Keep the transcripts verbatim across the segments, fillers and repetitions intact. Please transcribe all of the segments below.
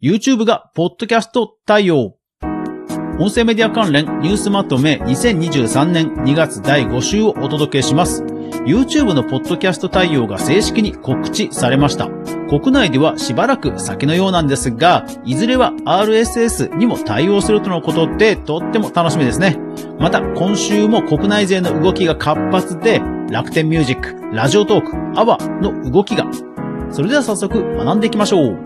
YouTube がポッドキャスト対応。音声メディア関連ニュースまとめにせんにじゅうさんねんにがつだいご週をお届けします。YouTube のポッドキャスト対応が正式に告知されました。国内ではしばらく先のようなんですが、いずれは アールエスエス にも対応するとのことで、とっても楽しみですね。また、今週も国内勢の動きが活発で、楽天ミュージック、ラジオトーク、アワの動きが。それでは早速学んでいきましょう。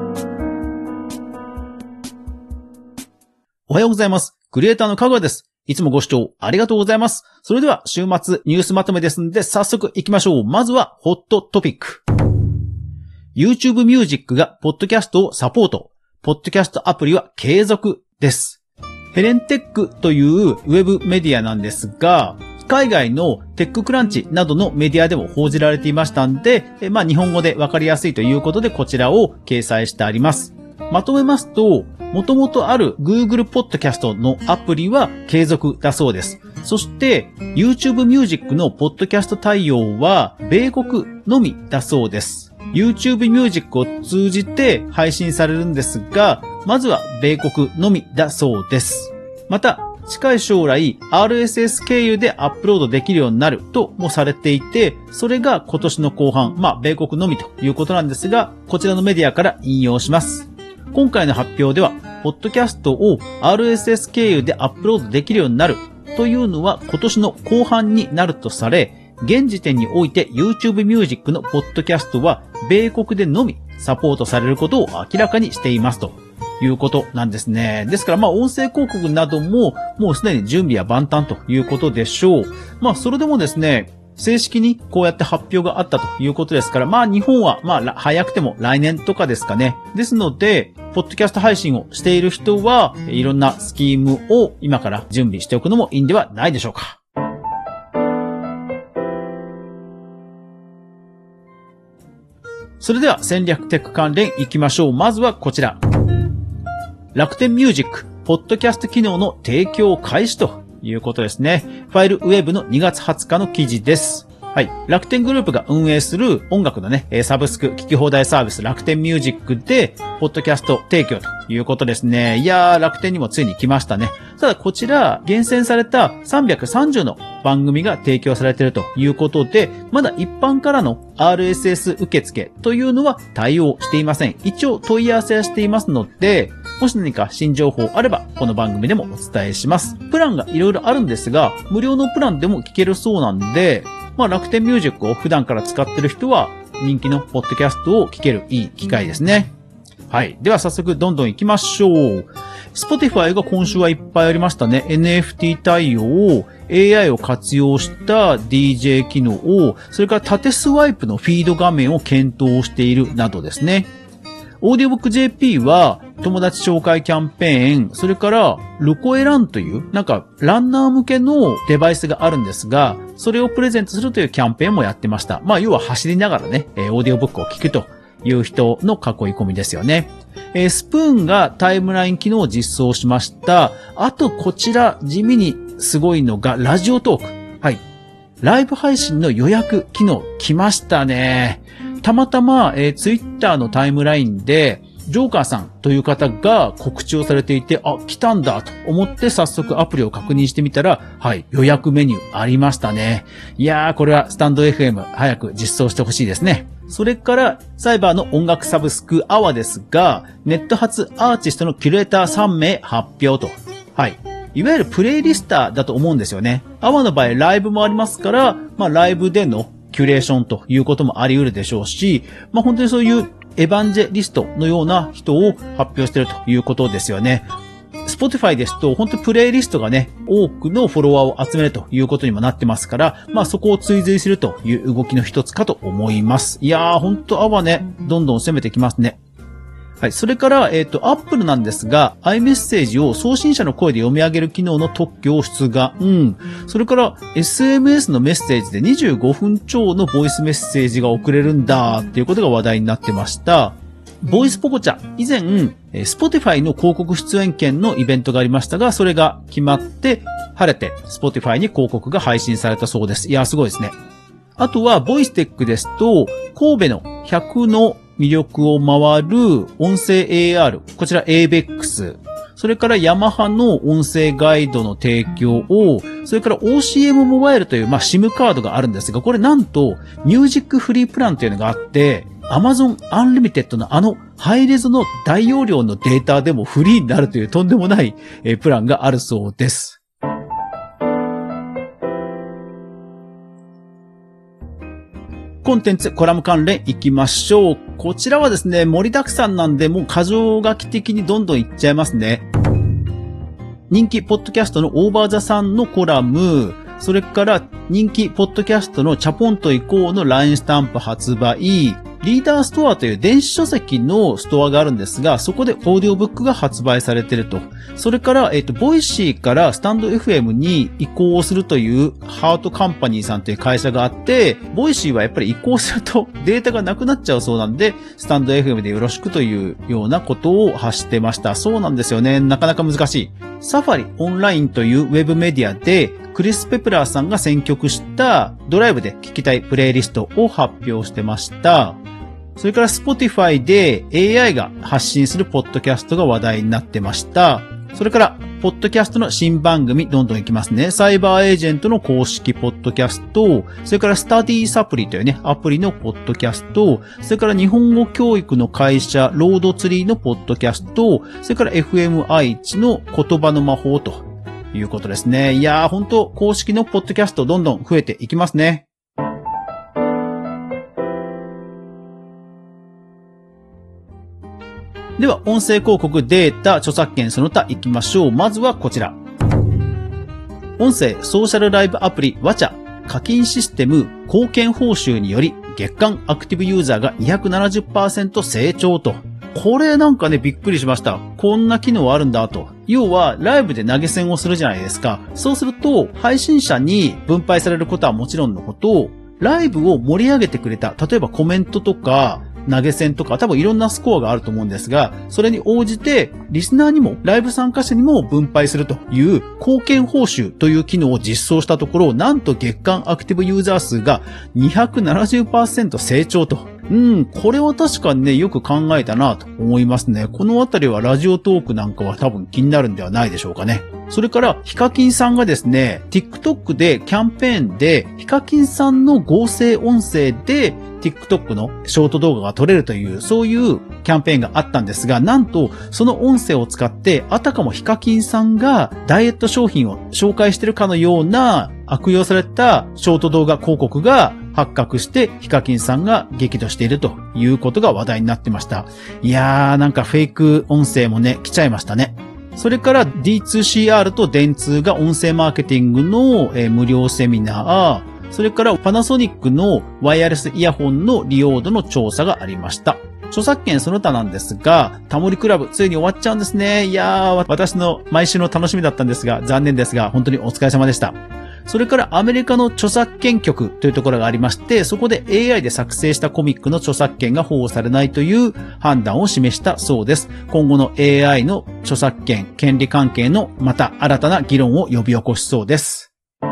おはようございます。クリエイターのかぐわです。いつもご視聴ありがとうございます。それでは週末ニュースまとめですので早速行きましょう。まずはホットトピック。YouTube ミュージックがポッドキャストをサポート。ポッドキャストアプリは継続です。ヘレンテックというウェブメディアなんですが、海外のテッククランチなどのメディアでも報じられていましたんで、まあ日本語でわかりやすいということでこちらを掲載してあります。まとめますと、もともとある Google Podcast のアプリは継続だそうです。そして YouTube Music のポッドキャスト対応は米国のみだそうです。YouTube Music を通じて配信されるんですが、まずは米国のみだそうです。また、近い将来 アールエスエス 経由でアップロードできるようになるともされていて、それが今年の後半、まあ米国のみということなんですが、こちらのメディアから引用します。今回の発表では、ポッドキャストを アールエスエス 経由でアップロードできるようになるというのは今年の後半になるとされ、現時点において YouTube Music のポッドキャストは米国でのみサポートされることを明らかにしていますということなんですね。ですからまあ音声広告などももうすでに準備は万端ということでしょう。まあそれでもですね、正式にこうやって発表があったということですから、まあ日本はまあ早くても来年とかですかね。ですので、ポッドキャスト配信をしている人はいろんなスキームを今から準備しておくのもいいんではないでしょうか。それでは戦略テック関連いきましょう。まずはこちら。楽天ミュージック、ポッドキャスト機能の提供開始ということですね。ファイルウェブのにがつはつかの記事です。はい。楽天グループが運営する音楽のね、サブスク聞き放題サービス楽天ミュージックで、ポッドキャスト提供ということですね。いやー、楽天にもついに来ましたね。ただこちら、厳選されたさんびゃくさんじゅうの番組が提供されているということで、まだ一般からの アールエスエス 受付というのは対応していません。一応問い合わせはしていますので、もし何か新情報あれば、この番組でもお伝えします。プランがいろいろあるんですが、無料のプランでも聞けるそうなんで、まあ楽天ミュージックを普段から使っている人は、人気のポッドキャストを聞けるいい機会ですね。はい。では早速どんどん行きましょう。Spotify が今週はいっぱいありましたね。エヌエフティー 対応、エーアイ を活用した ディージェー 機能を、それから縦スワイプのフィード画面を検討しているなどですね。オーディオブック ジェーピー は友達紹介キャンペーン、それからルコエランというなんかランナー向けのデバイスがあるんですが、それをプレゼントするというキャンペーンもやってました。まあ要は走りながらね、オーディオブックを聞くという人の囲い込みですよね。えー、スプーンがタイムライン機能を実装しました。あとこちら地味にすごいのがラジオトーク。はい。ライブ配信の予約機能来ましたね。たまたま、えー、ツイッターのタイムラインで、ジョーカーさんという方が告知をされていて、あ、来たんだと思って早速アプリを確認してみたら、はい、予約メニューありましたね。いやー、これはスタンド エフエム 早く実装してほしいですね。それから、サイバーの音楽サブスクアワですが、ネット発アーティストのキュレーターさんめい発表と。はい。いわゆるプレイリスターだと思うんですよね。アワの場合ライブもありますから、まあライブでのキュレーションということもあり得るでしょうし、まあ本当にそういうエヴァンジェリストのような人を発表しているということですよね。Spotify ですと本当にプレイリストがね、多くのフォロワーを集めるということにもなってますから、まあそこを追随するという動きの一つかと思います。いやー本当アワね、どんどん攻めてきますね。はい。それから、えっと、Apple なんですが、iMessage を送信者の声で読み上げる機能の特許を出願。うん。それから、エスエムエス のメッセージでにじゅうごふん超のボイスメッセージが送れるんだっていうことが話題になってました。ボイスポコチャ。以前、Spotify の広告出演権のイベントがありましたが、それが決まって、晴れて Spotify に広告が配信されたそうです。いや、すごいですね。あとは、ボイステックですと、神戸のひゃくの魅力を回る音声 エーアール、こちら エーベックス、それからヤマハの音声ガイドの提供を、それから オーシーエム モバイルという、まあ、SIM カードがあるんですが、これなんと、ミュージックフリープランというのがあって、Amazon Unlimited のあのハイレゾの大容量のデータでもフリーになるというとんでもないプランがあるそうです。コンテンツ、コラム関連行きましょう。こちらはですね、盛りだくさんなんで、もう箇条書き的にどんどんいっちゃいますね。人気ポッドキャストのオーバーザさんのコラム、それから人気ポッドキャストのチャポンと行こうの ライン スタンプ発売、リーダーストアという電子書籍のストアがあるんですが、そこでオーディオブックが発売されていると。それから、えっと、ボイシーからスタンド エフエム に移行をするというハートカンパニーさんという会社があって、ボイシーはやっぱり移行するとデータがなくなっちゃうそうなんで、スタンド エフエム でよろしくというようなことを発してました。そうなんですよね。なかなか難しい。サファリオンラインというウェブメディアで、クリス・ペプラーさんが選曲したドライブで聴きたいプレイリストを発表してました。それから Spotify で エーアイ が発信するポッドキャストが話題になってました。それから、ポッドキャストの新番組どんどんいきますね。サイバーエージェントの公式ポッドキャスト、それからスタディサプリというね、アプリのポッドキャスト、それから日本語教育の会社、ロードツリーのポッドキャスト、それから エフエム 愛知の言葉の魔法ということですね。いやー、本当公式のポッドキャストどんどん増えていきますね。では、音声広告データ、著作権その他行きましょう。まずはこちら。音声ソーシャルライブアプリワチャ課金システム貢献報酬により月間アクティブユーザーが にひゃくななじゅっパーセント 成長と。これなんかね、びっくりしました。こんな機能あるんだと。要は、ライブで投げ銭をするじゃないですか。そうすると、配信者に分配されることはもちろんのこと、ライブを盛り上げてくれた、例えばコメントとか、投げ銭とか多分いろんなスコアがあると思うんですが、それに応じてリスナーにもライブ参加者にも分配するという貢献報酬という機能を実装したところ、なんと月間アクティブユーザー数が にひゃくななじゅっパーセント 成長と。うん、これは確かにね、よく考えたなと思いますね。このあたりはラジオトークなんかは多分気になるんではないでしょうかね。それから、ヒカキンさんがですね、TikTok でキャンペーンで、ヒカキンさんの合成音声で TikTok のショート動画が撮れるという、そういうキャンペーンがあったんですが、なんと、その音声を使って、あたかもヒカキンさんがダイエット商品を紹介しているかのような悪用されたショート動画広告が発覚して、ヒカキンさんが激怒しているということが話題になってました。いやー、なんかフェイク音声もね、来ちゃいましたね。それから ディーツーシーアール と電通が音声マーケティングの、えー、無料セミナー、それからパナソニックのワイヤレスイヤホンの利用度の調査がありました。著作権その他なんですが、タモリクラブついに終わっちゃうんですね。いやー、私の毎週の楽しみだったんですが、残念ですが、本当にお疲れ様でした。それからアメリカの著作権局というところがありまして、そこで エーアイ で作成したコミックの著作権が保護されないという判断を示したそうです。今後の エーアイ の著作権、権利関係のまた新たな議論を呼び起こしそうです。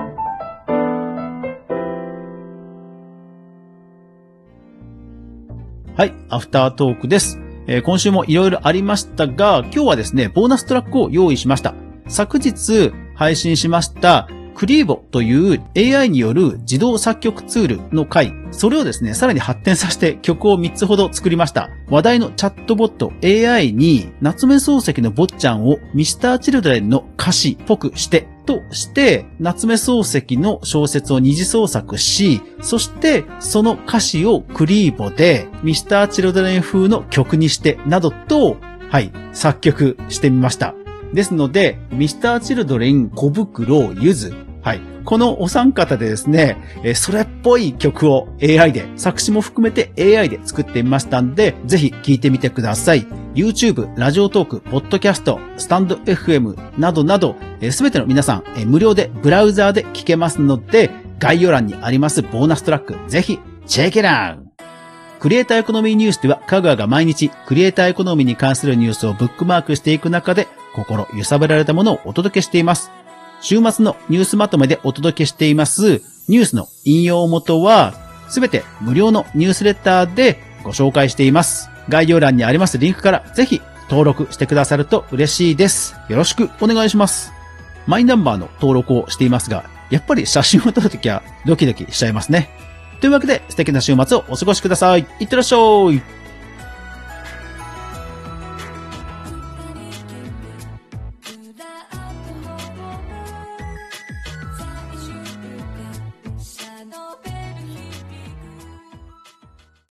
はい、アフタートークです。えー、今週もいろいろありましたが、今日はですね、ボーナストラックを用意しました。昨日配信しましたクリーボという エーアイ による自動作曲ツールの回、それをですね、さらに発展させて曲をみっつほど作りました。話題のチャットボット エーアイ に夏目漱石の坊ちゃんをミスターチルドレンの歌詞っぽくしてとして、夏目漱石の小説を二次創作し、そしてその歌詞をクリーボでミスターチルドレン風の曲にしてなどと、はい、作曲してみました。ですので、ミスターチルドレン、小袋、ゆず、はい。このお三方でですね、えそれっぽい曲を エーアイ で、作詞も含めて エーアイ で作ってみましたんで、ぜひ聴いてみてください。YouTube、ラジオトーク、ポッドキャスト、スタンド エフエム などなど、すべての皆さん、え無料でブラウザーで聴けますので、概要欄にありますボーナストラック、ぜひ、チェックイットアウト。クリエイターエコノミーニュースでは、香川が毎日、クリエイターエコノミーに関するニュースをブックマークしていく中で、心揺さぶられたものをお届けしています。週末のニュースまとめでお届けしていますニュースの引用元はすべて無料のニュースレターでご紹介しています。概要欄にありますリンクからぜひ登録してくださると嬉しいです。よろしくお願いします。マイナンバーの登録をしていますが、やっぱり写真を撮るときはドキドキしちゃいますね。というわけで素敵な週末をお過ごしください。いってらっしゃい。